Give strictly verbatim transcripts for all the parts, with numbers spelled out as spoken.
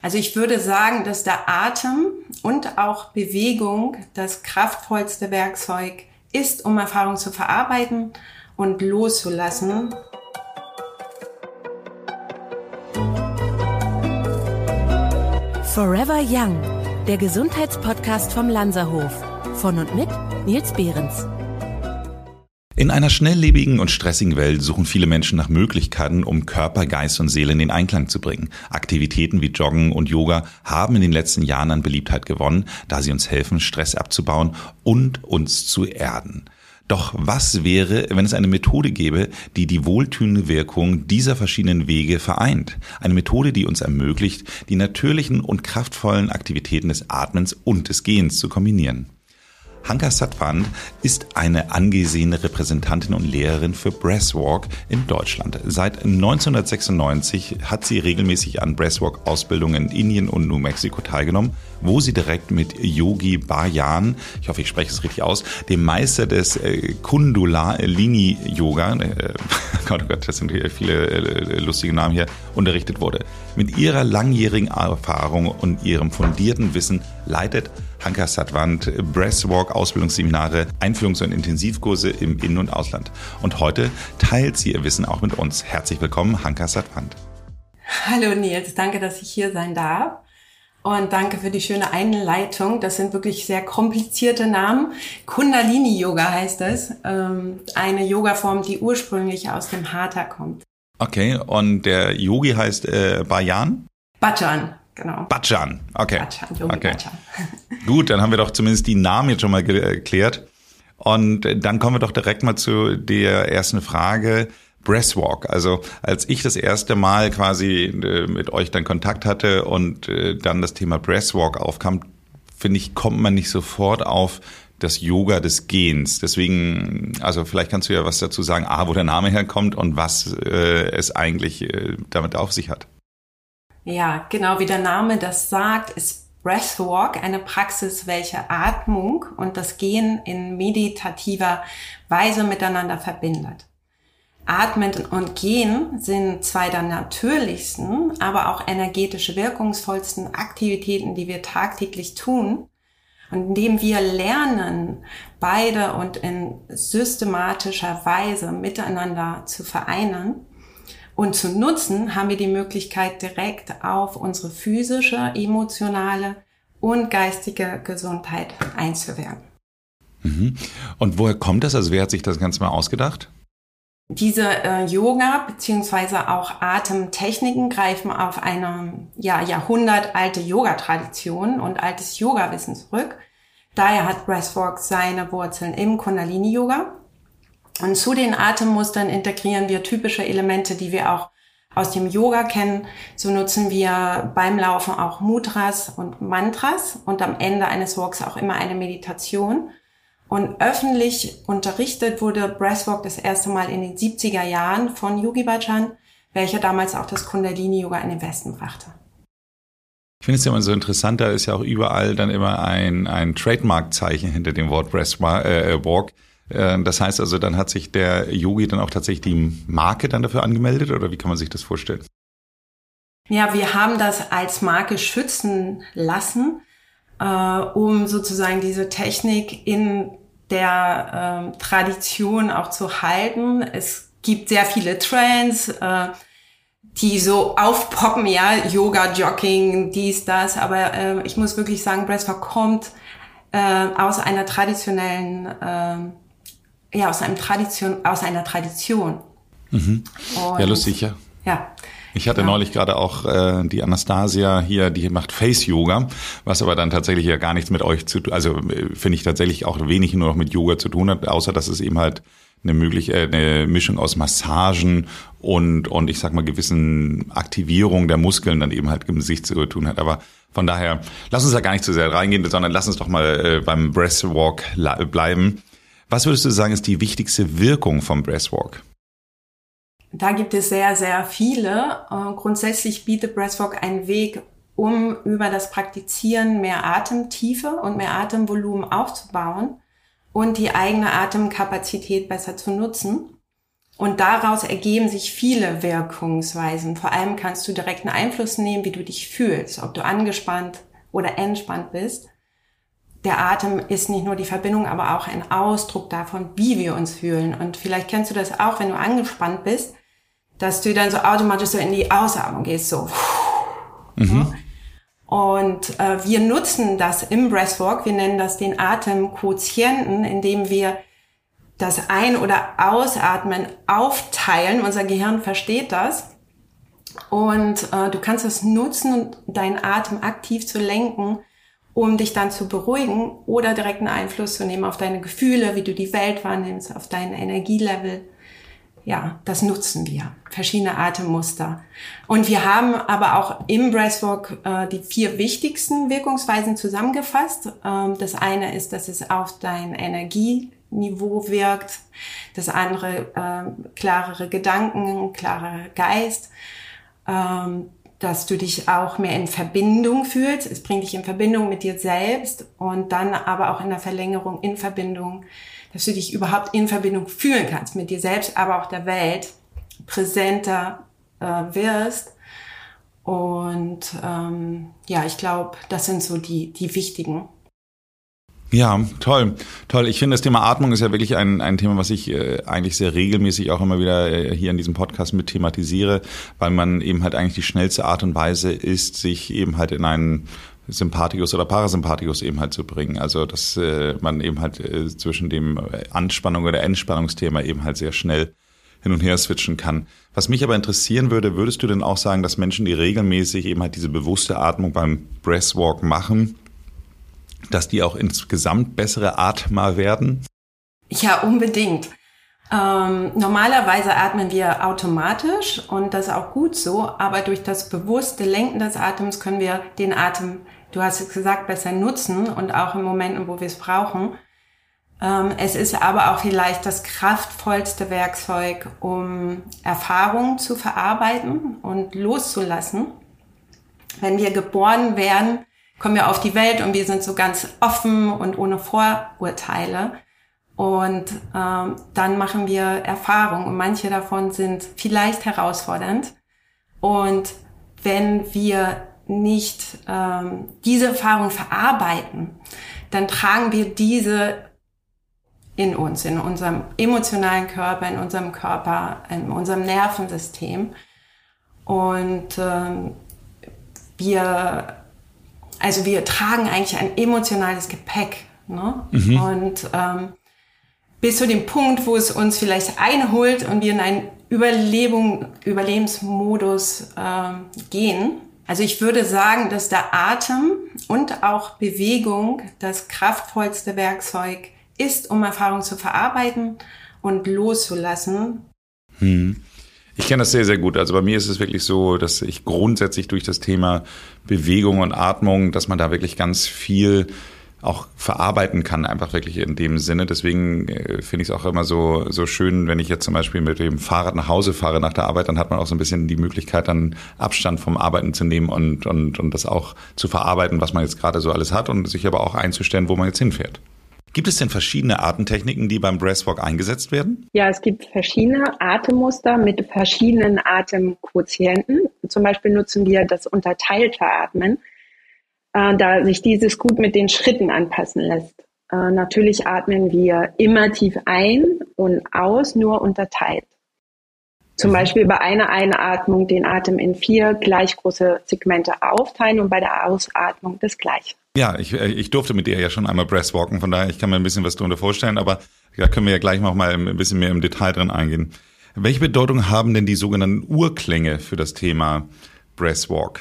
Also ich würde sagen, dass der Atem und auch Bewegung das kraftvollste Werkzeug ist, um Erfahrung zu verarbeiten und loszulassen. Forever Young, der Gesundheitspodcast vom Lanzerhof. Von und mit Nils Behrens. In einer schnelllebigen und stressigen Welt suchen viele Menschen nach Möglichkeiten, um Körper, Geist und Seele in den Einklang zu bringen. Aktivitäten wie Joggen und Yoga haben in den letzten Jahren an Beliebtheit gewonnen, da sie uns helfen, Stress abzubauen und uns zu erden. Doch was wäre, wenn es eine Methode gäbe, die die wohltuende Wirkung dieser verschiedenen Wege vereint? Eine Methode, die uns ermöglicht, die natürlichen und kraftvollen Aktivitäten des Atmens und des Gehens zu kombinieren. Hanka Satwant ist eine angesehene Repräsentantin und Lehrerin für Breathwork in Deutschland. Seit neunzehnhundertsechsundneunzig hat sie regelmäßig an Breathwork-Ausbildungen in Indien und New Mexico teilgenommen, wo sie direkt mit Yogi Bhajan, ich hoffe, ich spreche es richtig aus, dem Meister des äh, Kundalini-Yoga, äh, Gott, oh Gott, das sind hier viele äh, lustige Namen hier, unterrichtet wurde. Mit ihrer langjährigen Erfahrung und ihrem fundierten Wissen leitet Hanka Satwant Breathwork-Ausbildungsseminare, Einführungs- und Intensivkurse im In- und Ausland. Und heute teilt sie ihr Wissen auch mit uns. Herzlich willkommen, Hanka Satwant. Hallo Nils, danke, dass ich hier sein darf. Und danke für die schöne Einleitung. Das sind wirklich sehr komplizierte Namen. Kundalini-Yoga heißt es. Eine Yogaform, die ursprünglich aus dem Hatha kommt. Okay, und der Yogi heißt äh, Bhajan? Bhajan. Genau. Bhajan, okay. Bhajan, Yogi okay. Bhajan. Gut, dann haben wir doch zumindest die Namen jetzt schon mal geklärt. Und dann kommen wir doch direkt mal zu der ersten Frage. Breathwork. Also als ich das erste Mal quasi mit euch dann Kontakt hatte und dann das Thema Breathwork aufkam, finde ich, kommt man nicht sofort auf das Yoga des Gehens. Deswegen, also vielleicht kannst du ja was dazu sagen, A, wo der Name herkommt und was äh, es eigentlich äh, damit auf sich hat. Ja, genau wie der Name das sagt, ist Breathwork eine Praxis, welche Atmung und das Gehen in meditativer Weise miteinander verbindet. Atmen und Gehen sind zwei der natürlichsten, aber auch energetisch wirkungsvollsten Aktivitäten, die wir tagtäglich tun. Und indem wir lernen, beide und in systematischer Weise miteinander zu vereinen und zu nutzen, haben wir die Möglichkeit, direkt auf unsere physische, emotionale und geistige Gesundheit einzuwirken. Mhm. Und woher kommt das? Also wer hat sich das Ganze mal ausgedacht? Diese äh, Yoga beziehungsweise auch Atemtechniken greifen auf eine ja, jahrhundertalte Yoga-Tradition und altes Yoga-Wissen zurück. Daher hat Breathwork seine Wurzeln im Kundalini-Yoga. Und zu den Atemmustern integrieren wir typische Elemente, die wir auch aus dem Yoga kennen. So nutzen wir beim Laufen auch Mudras und Mantras und am Ende eines Walks auch immer eine Meditation. Und öffentlich unterrichtet wurde Breathwork das erste Mal in den siebziger Jahren von Yogi Bhajan, welcher damals auch das Kundalini-Yoga in den Westen brachte. Ich finde es ja immer so interessant, da ist ja auch überall dann immer ein, ein Trademark-Zeichen hinter dem Wort Breathwork. Das heißt also, dann hat sich der Yogi dann auch tatsächlich die Marke dann dafür angemeldet oder wie kann man sich das vorstellen? Ja, wir haben das als Marke schützen lassen, äh, um sozusagen diese Technik in der äh, Tradition auch zu halten. Es gibt sehr viele Trends, äh, die so aufpoppen, ja, Yoga, Jogging, dies, das. Aber äh, ich muss wirklich sagen, Breathwork kommt äh, aus einer traditionellen, äh, ja, aus einem Tradition, aus einer Tradition. Mhm. Ja, lustig, ja. Ja. Ich hatte ja. neulich gerade auch äh, die Anastasia hier, die macht Face-Yoga, was aber dann tatsächlich ja gar nichts mit euch zu tun, also äh, finde ich tatsächlich auch wenig nur noch mit Yoga zu tun hat, außer dass es eben halt eine mögliche äh, eine Mischung aus Massagen und und ich sag mal gewissen Aktivierung der Muskeln dann eben halt im Gesicht zu tun hat. Aber von daher, lass uns da gar nicht zu sehr reingehen, sondern lass uns doch mal äh, beim Breathwork la- bleiben. Was würdest du sagen, ist die wichtigste Wirkung vom Breathwork? Da gibt es sehr, sehr viele. Grundsätzlich bietet Breathwork einen Weg, um über das Praktizieren mehr Atemtiefe und mehr Atemvolumen aufzubauen und die eigene Atemkapazität besser zu nutzen. Und daraus ergeben sich viele Wirkungsweisen. Vor allem kannst du direkten Einfluss nehmen, wie du dich fühlst, ob du angespannt oder entspannt bist. Der Atem ist nicht nur die Verbindung, aber auch ein Ausdruck davon, wie wir uns fühlen. Und vielleicht kennst du das auch, wenn du angespannt bist, dass du dann so automatisch so in die Ausatmung gehst, so. Mhm. Und äh, wir nutzen das im Breathwork, wir nennen das den Atemquotienten, indem wir das Ein- oder Ausatmen aufteilen. Unser Gehirn versteht das. Und äh, du kannst es nutzen, deinen Atem aktiv zu lenken, um dich dann zu beruhigen oder direkten Einfluss zu nehmen auf deine Gefühle, wie du die Welt wahrnimmst, auf dein Energielevel. Ja, das nutzen wir. Verschiedene Atemmuster. Und wir haben aber auch im Breathwork äh, die vier wichtigsten Wirkungsweisen zusammengefasst. Ähm, das eine ist, dass es auf dein Energieniveau wirkt. Das andere, äh, klarere Gedanken, klarer Geist. Ähm, dass du dich auch mehr in Verbindung fühlst. Es bringt dich in Verbindung mit dir selbst und dann aber auch in der Verlängerung in Verbindung, dass du dich überhaupt in Verbindung fühlen kannst mit dir selbst, aber auch der Welt, präsenter äh, wirst. Und ähm, ja, ich glaube, das sind so die die wichtigen. Ja, toll, toll. Ich finde, das Thema Atmung ist ja wirklich ein ein Thema, was ich äh, eigentlich sehr regelmäßig auch immer wieder äh, hier in diesem Podcast mit thematisiere, weil man eben halt eigentlich die schnellste Art und Weise ist, sich eben halt in einen Sympathikus oder Parasympathikus eben halt zu bringen. Also, dass äh, man eben halt äh, zwischen dem Anspannung oder Entspannungsthema eben halt sehr schnell hin und her switchen kann. Was mich aber interessieren würde, würdest du denn auch sagen, dass Menschen, die regelmäßig eben halt diese bewusste Atmung beim Breathwork machen, dass die auch insgesamt bessere Atmer werden? Ja, unbedingt. Ähm, normalerweise atmen wir automatisch und das ist auch gut so, aber durch das bewusste Lenken des Atems können wir den Atem, du hast es gesagt, besser nutzen und auch in Momenten, wo wir es brauchen. Ähm, es ist aber auch vielleicht das kraftvollste Werkzeug, um Erfahrungen zu verarbeiten und loszulassen. Wenn wir geboren werden, kommen wir auf die Welt und wir sind so ganz offen und ohne Vorurteile. Und ähm, dann machen wir Erfahrungen und manche davon sind vielleicht herausfordernd. Und wenn wir nicht ähm, diese Erfahrung verarbeiten, dann tragen wir diese in uns, in unserem emotionalen Körper, in unserem Körper, in unserem Nervensystem. Und ähm, wir Also wir tragen eigentlich ein emotionales Gepäck, ne? Mhm. Und ähm, bis zu dem Punkt, wo es uns vielleicht einholt und wir in einen Überlebung, Überlebensmodus ähm, gehen. Also ich würde sagen, dass der Atem und auch Bewegung das kraftvollste Werkzeug ist, um Erfahrung zu verarbeiten und loszulassen. Hm. Ich kenne das sehr, sehr gut. Also bei mir ist es wirklich so, dass ich grundsätzlich durch das Thema Bewegung und Atmung, dass man da wirklich ganz viel auch verarbeiten kann, einfach wirklich in dem Sinne. Deswegen äh, finde ich es auch immer so so schön, wenn ich jetzt zum Beispiel mit dem Fahrrad nach Hause fahre nach der Arbeit, dann hat man auch so ein bisschen die Möglichkeit, dann Abstand vom Arbeiten zu nehmen und und und das auch zu verarbeiten, was man jetzt gerade so alles hat und sich aber auch einzustellen, wo man jetzt hinfährt. Gibt es denn verschiedene Atemtechniken, die beim Breathwork eingesetzt werden? Ja, es gibt verschiedene Atemmuster mit verschiedenen Atemquotienten. Zum Beispiel nutzen wir das unterteilte Atmen, äh, da sich dieses gut mit den Schritten anpassen lässt. Äh, natürlich atmen wir immer tief ein und aus, nur unterteilt. Zum Beispiel bei einer Einatmung den Atem in vier gleich große Segmente aufteilen und bei der Ausatmung das Gleiche. Ja, ich, ich durfte mit dir ja schon einmal Breathwalken, von daher ich kann mir ein bisschen was darunter vorstellen, aber da können wir ja gleich noch mal ein bisschen mehr im Detail drin eingehen. Welche Bedeutung haben denn die sogenannten Urklänge für das Thema Breathwork?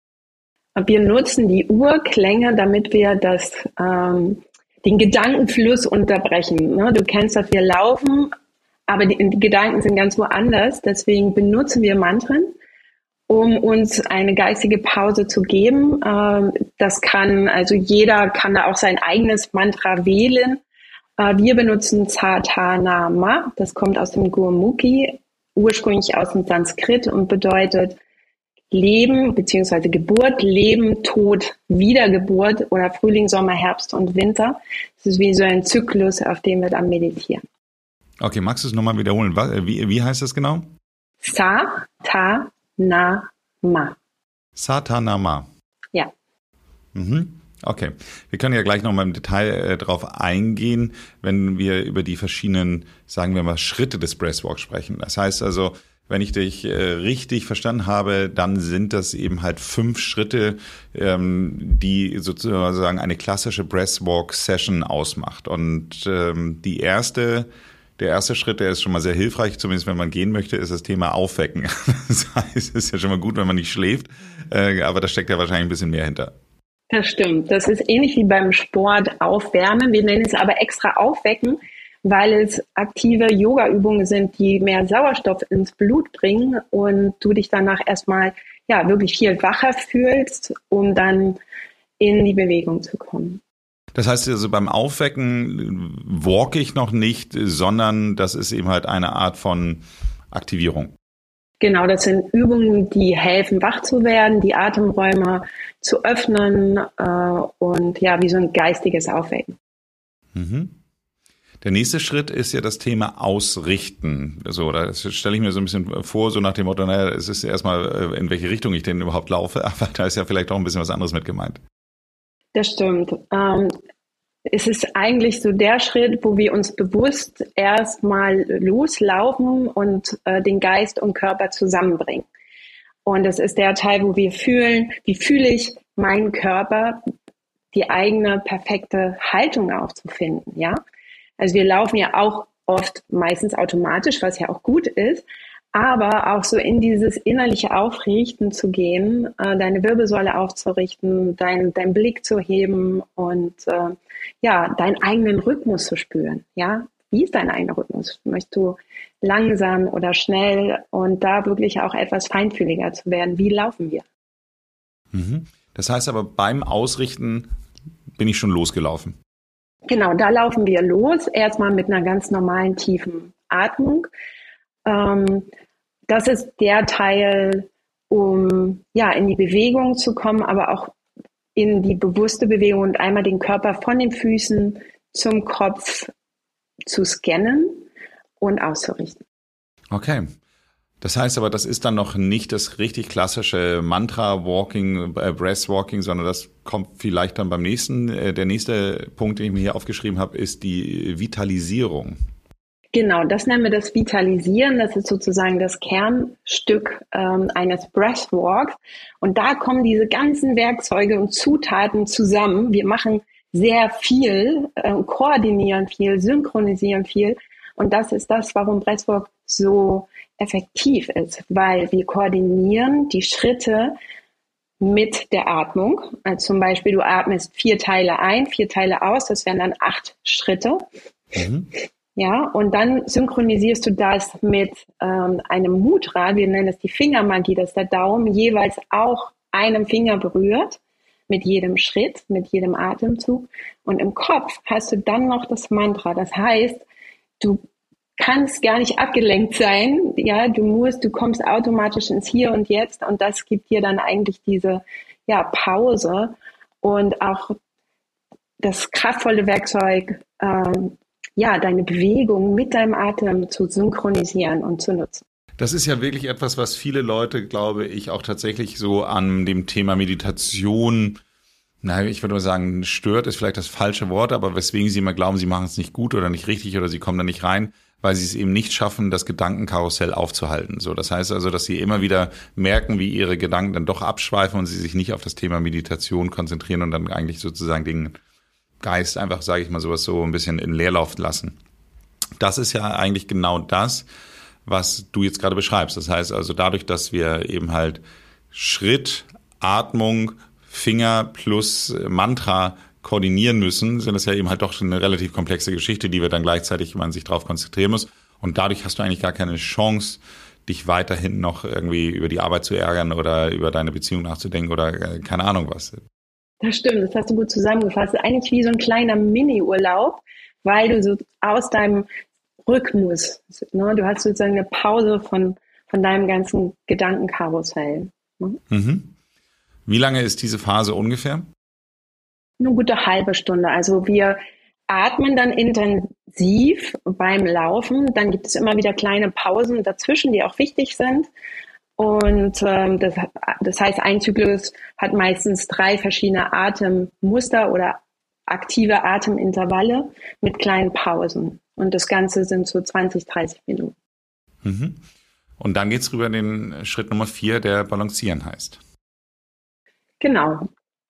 Wir nutzen die Urklänge, damit wir das, ähm, den Gedankenfluss unterbrechen. Ne? Du kennst das, wir laufen, aber die, die Gedanken sind ganz woanders. Deswegen benutzen wir Mantren, um uns eine geistige Pause zu geben. Ähm, das kann, also jeder kann da auch sein eigenes Mantra wählen. Äh, wir benutzen Satanama, das kommt aus dem Gurmukhi, ursprünglich aus dem Sanskrit und bedeutet Leben bzw. Geburt, Leben, Tod, Wiedergeburt oder Frühling, Sommer, Herbst und Winter. Das ist wie so ein Zyklus, auf dem wir dann meditieren. Okay, magst du es nochmal wiederholen? Wie, wie heißt das genau? Satanama. Satanama. Ja. Mhm. Okay, wir können ja gleich nochmal im Detail äh, drauf eingehen, wenn wir über die verschiedenen, sagen wir mal, Schritte des Breathwork sprechen. Das heißt also, wenn ich dich äh, richtig verstanden habe, dann sind das eben halt fünf Schritte, ähm, die sozusagen eine klassische Breathwork-Session ausmacht. Und ähm, die erste, der erste Schritt, der ist schon mal sehr hilfreich, zumindest wenn man gehen möchte, ist das Thema Aufwecken. Das heißt, es ist ja schon mal gut, wenn man nicht schläft, äh, aber da steckt ja wahrscheinlich ein bisschen mehr hinter. Das stimmt. Das ist ähnlich wie beim Sport aufwärmen. Wir nennen es aber extra aufwecken, weil es aktive Yoga-Übungen sind, die mehr Sauerstoff ins Blut bringen und du dich danach erstmal ja wirklich viel wacher fühlst, um dann in die Bewegung zu kommen. Das heißt also, beim Aufwecken walke ich noch nicht, sondern das ist eben halt eine Art von Aktivierung. Genau, das sind Übungen, die helfen, wach zu werden, die Atemräume zu öffnen äh, und ja, wie so ein geistiges Aufwecken. Mhm. Der nächste Schritt ist ja das Thema Ausrichten. So, das stelle ich mir so ein bisschen vor, so nach dem Motto, naja, es ist erstmal, in welche Richtung ich denn überhaupt laufe, aber da ist ja vielleicht auch ein bisschen was anderes mit gemeint. Das stimmt. Ähm, es ist eigentlich so der Schritt, wo wir uns bewusst erstmal loslaufen und äh, den Geist und Körper zusammenbringen. Und es ist der Teil, wo wir fühlen, wie fühle ich meinen Körper, die eigene perfekte Haltung auch zu finden, ja. Also wir laufen ja auch oft meistens automatisch, was ja auch gut ist, aber auch so in dieses innerliche Aufrichten zu gehen, äh, deine Wirbelsäule aufzurichten, dein, dein Blick zu heben und äh, ja, deinen eigenen Rhythmus zu spüren. Ja, wie ist dein eigener Rhythmus? Möchtest du langsam oder schnell und da wirklich auch etwas feinfühliger zu werden? Wie laufen wir? Mhm. Das heißt aber, beim Ausrichten bin ich schon losgelaufen. Genau, da laufen wir los, erstmal mit einer ganz normalen tiefen Atmung. Ähm, das ist der Teil, um ja in die Bewegung zu kommen, aber auch in die bewusste Bewegung und einmal den Körper von den Füßen zum Kopf zu scannen und auszurichten. Okay. Das heißt aber, das ist dann noch nicht das richtig klassische Mantra-Walking, äh, Breath-Walking, sondern das kommt vielleicht dann beim nächsten. Äh, der nächste Punkt, den ich mir hier aufgeschrieben habe, ist die Vitalisierung. Genau, das nennen wir das Vitalisieren. Das ist sozusagen das Kernstück ähm, eines Breathwalks. Und da kommen diese ganzen Werkzeuge und Zutaten zusammen. Wir machen sehr viel, äh, koordinieren viel, synchronisieren viel. Und das ist das, warum Breathwork so effektiv ist, weil wir koordinieren die Schritte mit der Atmung. Also zum Beispiel, du atmest vier Teile ein, vier Teile aus, das wären dann acht Schritte. Mhm. Ja, und dann synchronisierst du das mit ähm, einem Mudra, wir nennen es die Fingermagie, dass der Daumen jeweils auch einem Finger berührt, mit jedem Schritt, mit jedem Atemzug. Und im Kopf hast du dann noch das Mantra. Das heißt, du kannst gar nicht abgelenkt sein. Ja, du musst, du kommst automatisch ins Hier und Jetzt und das gibt dir dann eigentlich diese, ja, Pause und auch das kraftvolle Werkzeug, ähm, ja, deine Bewegung mit deinem Atem zu synchronisieren und zu nutzen. Das ist ja wirklich etwas, was viele Leute, glaube ich, auch tatsächlich so an dem Thema Meditation, na, ich würde mal sagen, stört ist vielleicht das falsche Wort, aber weswegen sie immer glauben, sie machen es nicht gut oder nicht richtig oder sie kommen da nicht rein, weil sie es eben nicht schaffen, das Gedankenkarussell aufzuhalten. So, das heißt also, dass sie immer wieder merken, wie ihre Gedanken dann doch abschweifen und sie sich nicht auf das Thema Meditation konzentrieren und dann eigentlich sozusagen den Geist einfach, sage ich mal, sowas so ein bisschen in Leerlauf lassen. Das ist ja eigentlich genau das, was du jetzt gerade beschreibst. Das heißt also, dadurch, dass wir eben halt Schritt, Atmung, Finger plus Mantra koordinieren müssen, sind das ja eben halt doch eine relativ komplexe Geschichte, die wir dann gleichzeitig, man sich darauf konzentrieren muss. Und dadurch hast du eigentlich gar keine Chance, dich weiterhin noch irgendwie über die Arbeit zu ärgern oder über deine Beziehung nachzudenken oder äh, keine Ahnung was. Das stimmt, das hast du gut zusammengefasst. Das ist eigentlich wie so ein kleiner Mini-Urlaub, weil du so aus deinem Rhythmus, ne, du hast sozusagen eine Pause von, von deinem ganzen Gedankenkarussell. Ne? Mhm. Wie lange ist diese Phase ungefähr? Eine gute halbe Stunde. Also wir atmen dann inten- beim Laufen. Dann gibt es immer wieder kleine Pausen dazwischen, die auch wichtig sind. Und ähm, das, das heißt, ein Zyklus hat meistens drei verschiedene Atemmuster oder aktive Atemintervalle mit kleinen Pausen. Und das Ganze sind so zwanzig, dreißig Minuten. Mhm. Und dann geht's rüber in den Schritt Nummer vier, der Balancieren heißt. Genau.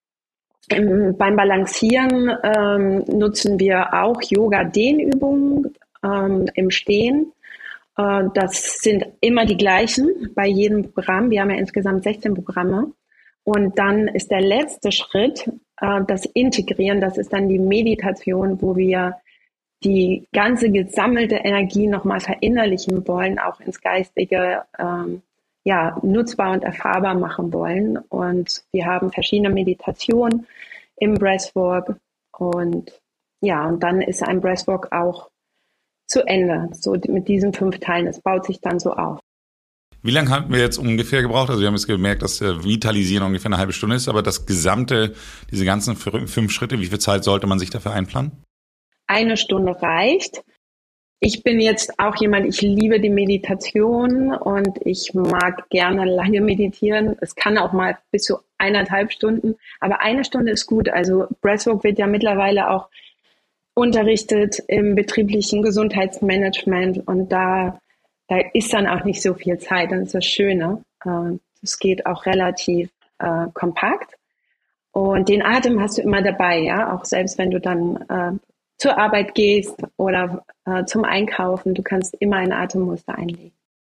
Im, beim Balancieren ähm, nutzen wir auch Yoga-Dehnübungen ähm, im Stehen. Äh, das sind immer die gleichen bei jedem Programm. Wir haben ja insgesamt sechzehn Programme. Und dann ist der letzte Schritt äh, das Integrieren. Das ist dann die Meditation, wo wir die ganze gesammelte Energie nochmal verinnerlichen wollen, auch ins Geistige ähm, ja, nutzbar und erfahrbar machen wollen. Und wir haben verschiedene Meditationen im Breathwork. Und ja, und dann ist ein Breathwork auch zu Ende, so mit diesen fünf Teilen. Es baut sich dann so auf. Wie lange haben wir jetzt ungefähr gebraucht? Also wir haben jetzt gemerkt, dass äh, Vitalisieren ungefähr eine halbe Stunde ist, aber das gesamte, diese ganzen fünf Schritte, wie viel Zeit sollte man sich dafür einplanen? Eine Stunde reicht. Ich bin jetzt auch jemand, ich liebe die Meditation und ich mag gerne lange meditieren. Es kann auch mal bis zu eineinhalb Stunden, aber eine Stunde ist gut. Also Breathwork wird ja mittlerweile auch unterrichtet im betrieblichen Gesundheitsmanagement und da, da ist dann auch nicht so viel Zeit. Das ist das Schöne. Es geht auch relativ äh, kompakt und den Atem hast du immer dabei, ja, auch selbst wenn du dann äh, zur Arbeit gehst oder äh, zum Einkaufen, du kannst immer ein Atemmuster einlegen.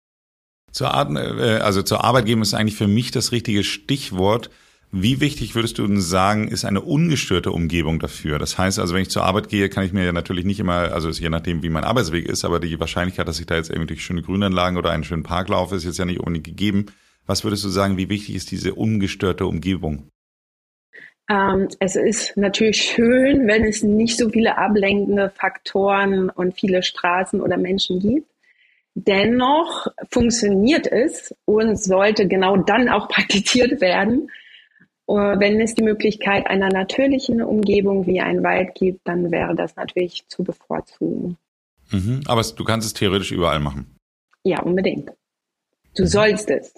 Zur Art, äh, also zur Arbeit gehen ist eigentlich für mich das richtige Stichwort. Wie wichtig würdest du uns sagen, ist eine ungestörte Umgebung dafür? Das heißt also, wenn ich zur Arbeit gehe, kann ich mir ja natürlich nicht immer, also je nachdem, wie mein Arbeitsweg ist, aber die Wahrscheinlichkeit, dass ich da jetzt irgendwie schöne Grünanlagen oder einen schönen Park laufe, ist jetzt ja nicht unbedingt gegeben. Was würdest du sagen, wie wichtig ist diese ungestörte Umgebung? Ähm, es ist natürlich schön, wenn es nicht so viele ablenkende Faktoren und viele Straßen oder Menschen gibt. Dennoch funktioniert es und sollte genau dann auch praktiziert werden. Wenn es die Möglichkeit einer natürlichen Umgebung wie ein Wald gibt, dann wäre das natürlich zu bevorzugen. Mhm, aber du kannst es theoretisch überall machen. Ja, unbedingt. Du sollst es.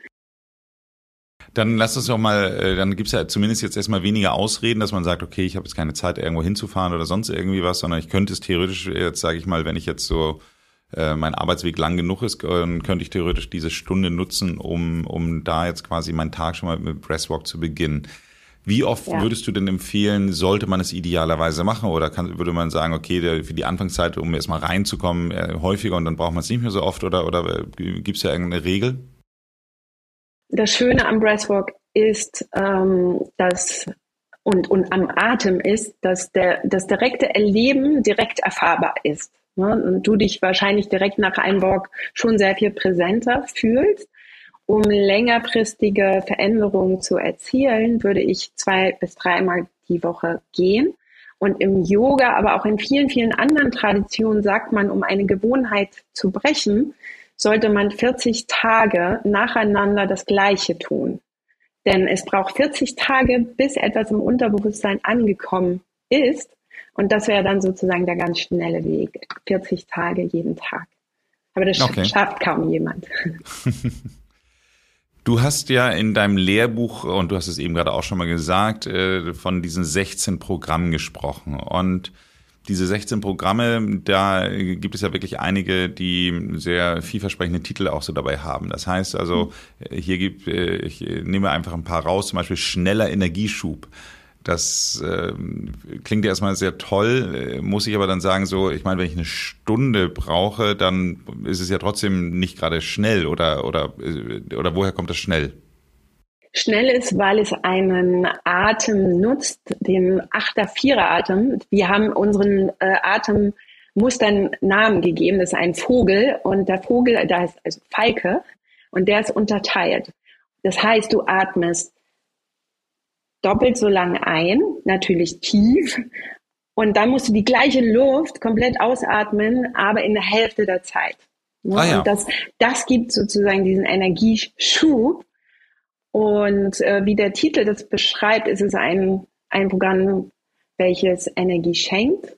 Dann lass uns doch mal, dann gibt's ja zumindest jetzt erstmal weniger Ausreden, dass man sagt, okay, ich habe jetzt keine Zeit, irgendwo hinzufahren oder sonst irgendwie was, sondern ich könnte es theoretisch, jetzt sage ich mal, wenn ich jetzt so äh, mein Arbeitsweg lang genug ist, äh, könnte ich theoretisch diese Stunde nutzen, um um da jetzt quasi meinen Tag schon mal mit Breathwork zu beginnen. Wie oft ja. würdest du denn empfehlen, sollte man es idealerweise machen oder kann, würde man sagen, okay, der, für die Anfangszeit, um erstmal reinzukommen, äh, häufiger und dann braucht man es nicht mehr so oft oder oder äh, gibt es ja irgendeine Regel? Das Schöne am Breathwork ist, ähm, dass und und am Atem ist, dass der das direkte Erleben direkt erfahrbar ist. Ne? Und du dich wahrscheinlich direkt nach einem Walk schon sehr viel präsenter fühlst. Um längerfristige Veränderungen zu erzielen, würde ich zwei bis dreimal die Woche gehen. Und im Yoga, aber auch in vielen, vielen anderen Traditionen sagt man, um eine Gewohnheit zu brechen, sollte man vierzig Tage nacheinander das Gleiche tun. Denn es braucht vierzig Tage, bis etwas im Unterbewusstsein angekommen ist. Und das wäre dann sozusagen der ganz schnelle Weg. vierzig Tage jeden Tag. Aber das okay. schafft kaum jemand. Du hast ja in deinem Lehrbuch, und du hast es eben gerade auch schon mal gesagt, von diesen sechzehn Programmen gesprochen. Und diese sechzehn Programme, da gibt es ja wirklich einige, die sehr vielversprechende Titel auch so dabei haben. Das heißt also, hier gibt, ich nehme einfach ein paar raus, zum Beispiel schneller Energieschub. Das äh, klingt ja erstmal sehr toll, muss ich aber dann sagen, so, ich meine, wenn ich eine Stunde brauche, dann ist es ja trotzdem nicht gerade schnell oder oder oder woher kommt das schnell? Schnell ist, weil es einen Atem nutzt, den Achter-Vierer-Atem. Wir haben unseren äh, Atemmustern Namen gegeben. Das ist ein Vogel und der Vogel, da ist also Falke und der ist unterteilt. Das heißt, du atmest doppelt so lang ein, natürlich tief, und dann musst du die gleiche Luft komplett ausatmen, aber in der Hälfte der Zeit. Ah, ja. Und das, das gibt sozusagen diesen Energieschub. Und äh, wie der Titel das beschreibt, ist es ein, ein Programm, welches Energie schenkt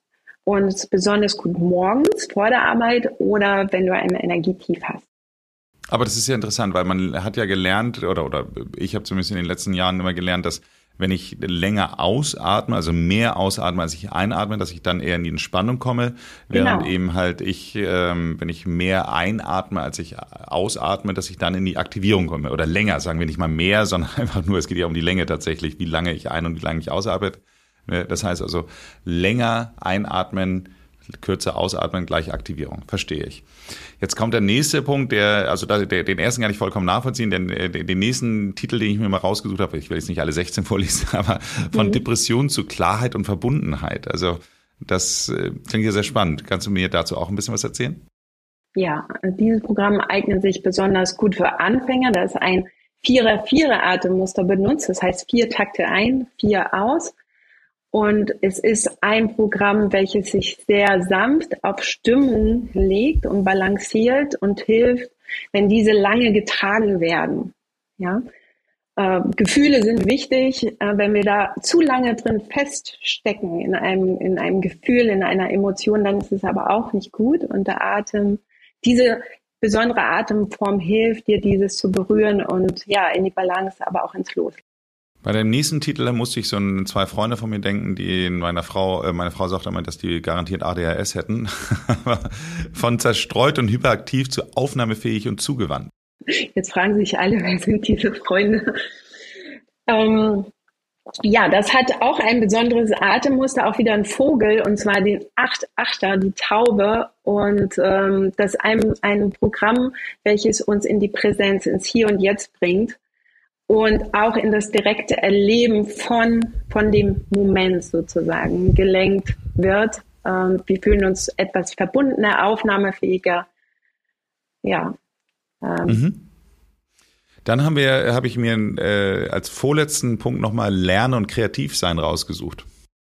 und besonders gut morgens vor der Arbeit oder wenn du ein Energietief hast. Aber das ist ja interessant, weil man hat ja gelernt, oder oder ich habe zumindest in den letzten Jahren immer gelernt, dass wenn ich länger ausatme, also mehr ausatme, als ich einatme, dass ich dann eher in die Entspannung komme, während genau. eben halt ich, ähm, wenn ich mehr einatme, als ich ausatme, dass ich dann in die Aktivierung komme. Oder länger, sagen wir nicht mal mehr, sondern einfach nur, es geht ja um die Länge tatsächlich, wie lange ich ein- und wie lange ich ausatme. Das heißt also, länger einatmen, kürzer ausatmen, gleich Aktivierung. Verstehe ich. Jetzt kommt der nächste Punkt, der, also der, den ersten kann ich vollkommen nachvollziehen, denn den nächsten Titel, den ich mir mal rausgesucht habe, ich will jetzt nicht alle sechzehn vorlesen, aber von mhm. Depression zu Klarheit und Verbundenheit. Also das klingt ja sehr spannend. Kannst du mir dazu auch ein bisschen was erzählen? Ja, dieses Programm eignet sich besonders gut für Anfänger. Da ist ein Vierer-Vierer-Atemmuster benutzt. Das heißt vier Takte ein, vier aus. Und es ist ein Programm, welches sich sehr sanft auf Stimmen legt und balanciert und hilft, wenn diese lange getragen werden. Ja, äh, Gefühle sind wichtig. Äh, wenn wir da zu lange drin feststecken in einem in einem Gefühl, in einer Emotion, dann ist es aber auch nicht gut. Und der Atem, diese besondere Atemform hilft dir, dieses zu berühren und ja in die Balance, aber auch ins Loslassen. Bei dem nächsten Titel musste ich so an zwei Freunde von mir denken, die meiner Frau, äh, meine Frau sagte immer, dass die garantiert A D H S hätten. Von zerstreut und hyperaktiv zu aufnahmefähig und zugewandt. Jetzt fragen sich alle, wer sind diese Freunde? Ähm, ja, das hat auch ein besonderes Atemmuster, auch wieder ein Vogel, und zwar den Acht-Achter, die Taube. Und ähm, das ist ein, ein Programm, welches uns in die Präsenz, ins Hier und Jetzt bringt. Und auch in das direkte Erleben von, von dem Moment sozusagen gelenkt wird. Ähm, wir fühlen uns etwas verbundener, aufnahmefähiger. Ja. Ähm. Mhm. Dann haben wir, habe ich mir äh, als vorletzten Punkt nochmal Lernen und Kreativsein rausgesucht.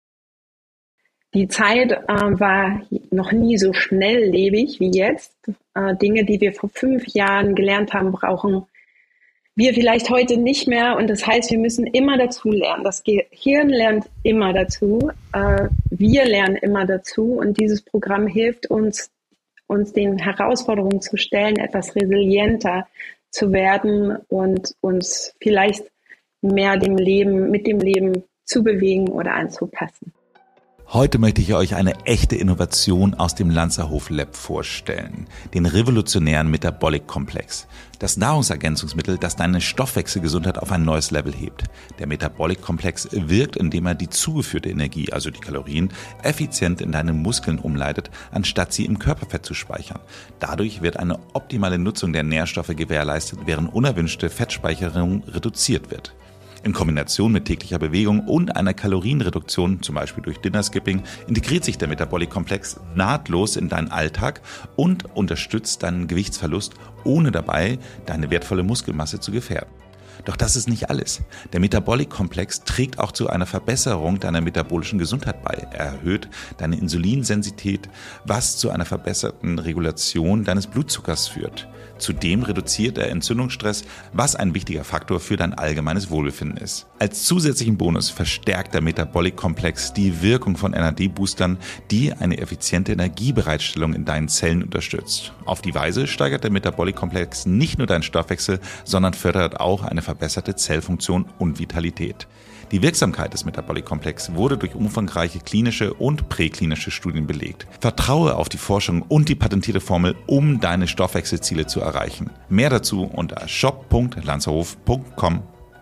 Die Zeit äh, war noch nie so schnelllebig wie jetzt. Äh, Dinge, die wir vor fünf Jahren gelernt haben, brauchen wir vielleicht heute nicht mehr, und das heißt, wir müssen immer dazu lernen. Das Gehirn lernt immer dazu, äh, wir lernen immer dazu, und dieses Programm hilft uns, uns den Herausforderungen zu stellen, etwas resilienter zu werden und uns vielleicht mehr dem Leben, mit dem Leben zu bewegen oder anzupassen. Heute möchte ich euch eine echte Innovation aus dem Lanzerhof Lab vorstellen, den revolutionären Metabolic Complex. Das Nahrungsergänzungsmittel, das deine Stoffwechselgesundheit auf ein neues Level hebt. Der Metabolic Complex wirkt, indem er die zugeführte Energie, also die Kalorien, effizient in deine Muskeln umleitet, anstatt sie im Körperfett zu speichern. Dadurch wird eine optimale Nutzung der Nährstoffe gewährleistet, während unerwünschte Fettspeicherung reduziert wird. In Kombination mit täglicher Bewegung und einer Kalorienreduktion, zum Beispiel durch Dinnerskipping, integriert sich der Metabolic Complex nahtlos in deinen Alltag und unterstützt deinen Gewichtsverlust, ohne dabei deine wertvolle Muskelmasse zu gefährden. Doch das ist nicht alles. Der Metabolic Complex trägt auch zu einer Verbesserung deiner metabolischen Gesundheit bei. Er erhöht deine Insulinsensitivität, was zu einer verbesserten Regulation deines Blutzuckers führt. Zudem reduziert er Entzündungsstress, was ein wichtiger Faktor für dein allgemeines Wohlbefinden ist. Als zusätzlichen Bonus verstärkt der Metabolic Complex die Wirkung von N A D-Boostern, die eine effiziente Energiebereitstellung in deinen Zellen unterstützt. Auf die Weise steigert der Metabolic Complex nicht nur deinen Stoffwechsel, sondern fördert auch eine verbesserte Zellfunktion und Vitalität. Die Wirksamkeit des Metabolic Complex wurde durch umfangreiche klinische und präklinische Studien belegt. Vertraue auf die Forschung und die patentierte Formel, um deine Stoffwechselziele zu erreichen. Mehr dazu unter shop punkt lanzerhof punkt com.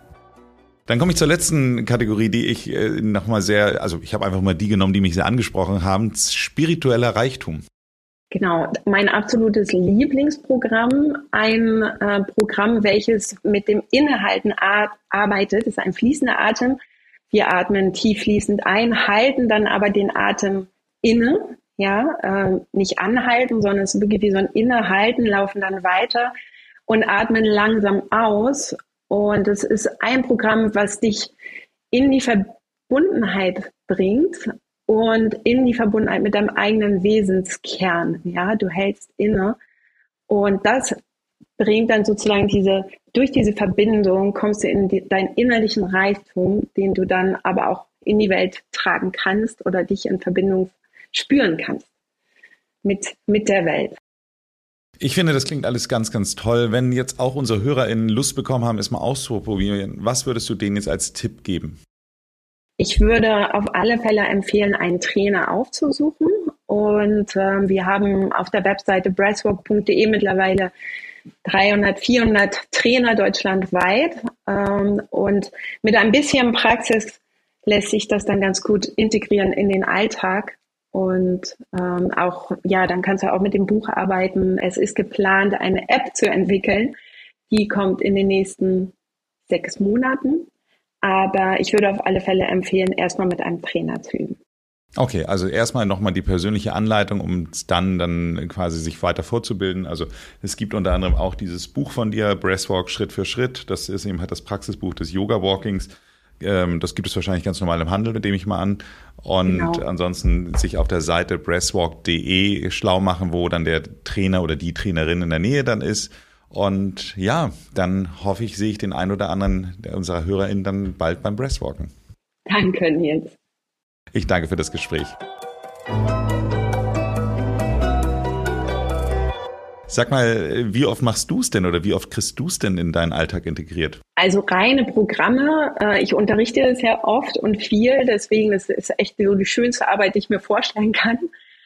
Dann komme ich zur letzten Kategorie, die ich äh, nochmal sehr, also ich habe einfach mal die genommen, die mich sehr angesprochen haben, spiritueller Reichtum. Genau, mein absolutes Lieblingsprogramm, ein äh, Programm, welches mit dem Innehalten ar- arbeitet, das ist ein fließender Atem. Wir atmen tief fließend ein, halten dann aber den Atem inne, ja, äh, nicht anhalten, sondern es ist wirklich wie so ein Innehalten, laufen dann weiter und atmen langsam aus. Und es ist ein Programm, was dich in die Verbundenheit bringt und in die Verbundenheit mit deinem eigenen Wesenskern. Ja, du hältst inne, und das bringt dann sozusagen diese, durch diese Verbindung kommst du in die, deinen innerlichen Reichtum, den du dann aber auch in die Welt tragen kannst oder dich in Verbindung spüren kannst mit, mit der Welt. Ich finde, das klingt alles ganz, ganz toll. Wenn jetzt auch unsere HörerInnen Lust bekommen haben, es mal auszuprobieren, was würdest du denen jetzt als Tipp geben? Ich würde auf alle Fälle empfehlen, einen Trainer aufzusuchen. Und äh, wir haben auf der Webseite breathwork punkt de mittlerweile dreihundert, vierhundert Trainer deutschlandweit. Ähm, und mit ein bisschen Praxis lässt sich das dann ganz gut integrieren in den Alltag. Und ähm, auch, ja, dann kannst du auch mit dem Buch arbeiten. Es ist geplant, eine App zu entwickeln. Die kommt in den nächsten sechs Monaten. Aber ich würde auf alle Fälle empfehlen, erstmal mit einem Trainer zu üben. Okay, also erstmal nochmal die persönliche Anleitung, um dann dann quasi sich weiter vorzubilden. Also es gibt unter anderem auch dieses Buch von dir, Breathwork Schritt für Schritt. Das ist eben halt das Praxisbuch des Yoga-Walkings. Das gibt es wahrscheinlich ganz normal im Handel, nehme ich mal an. Und genau. Ansonsten sich auf der Seite breathwork punkt de schlau machen, wo dann der Trainer oder die Trainerin in der Nähe dann ist. Und ja, dann hoffe ich, sehe ich den einen oder anderen unserer HörerInnen dann bald beim Breathwalken. Danke, Nils. Ich danke für das Gespräch. Sag mal, wie oft machst du es denn oder wie oft kriegst du es denn in deinen Alltag integriert? Also reine Programme. Ich unterrichte das ja oft und viel, deswegen ist es echt so die schönste Arbeit, die ich mir vorstellen kann.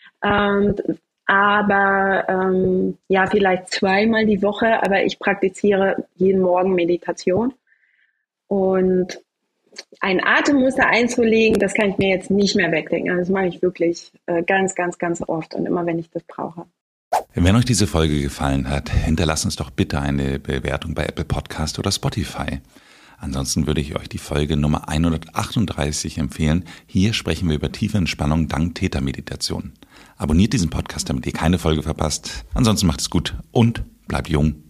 Aber ja, vielleicht zweimal die Woche, aber ich praktiziere jeden Morgen Meditation. Und ein Atemmuster einzulegen, das kann ich mir jetzt nicht mehr wegdenken. Das mache ich wirklich ganz, ganz, ganz oft und immer, wenn ich das brauche. Wenn euch diese Folge gefallen hat, hinterlasst uns doch bitte eine Bewertung bei Apple Podcast oder Spotify. Ansonsten würde ich euch die Folge Nummer hundertachtunddreißig empfehlen. Hier sprechen wir über tiefe Entspannung dank Theta-Meditation. Abonniert diesen Podcast, damit ihr keine Folge verpasst. Ansonsten macht es gut und bleibt jung.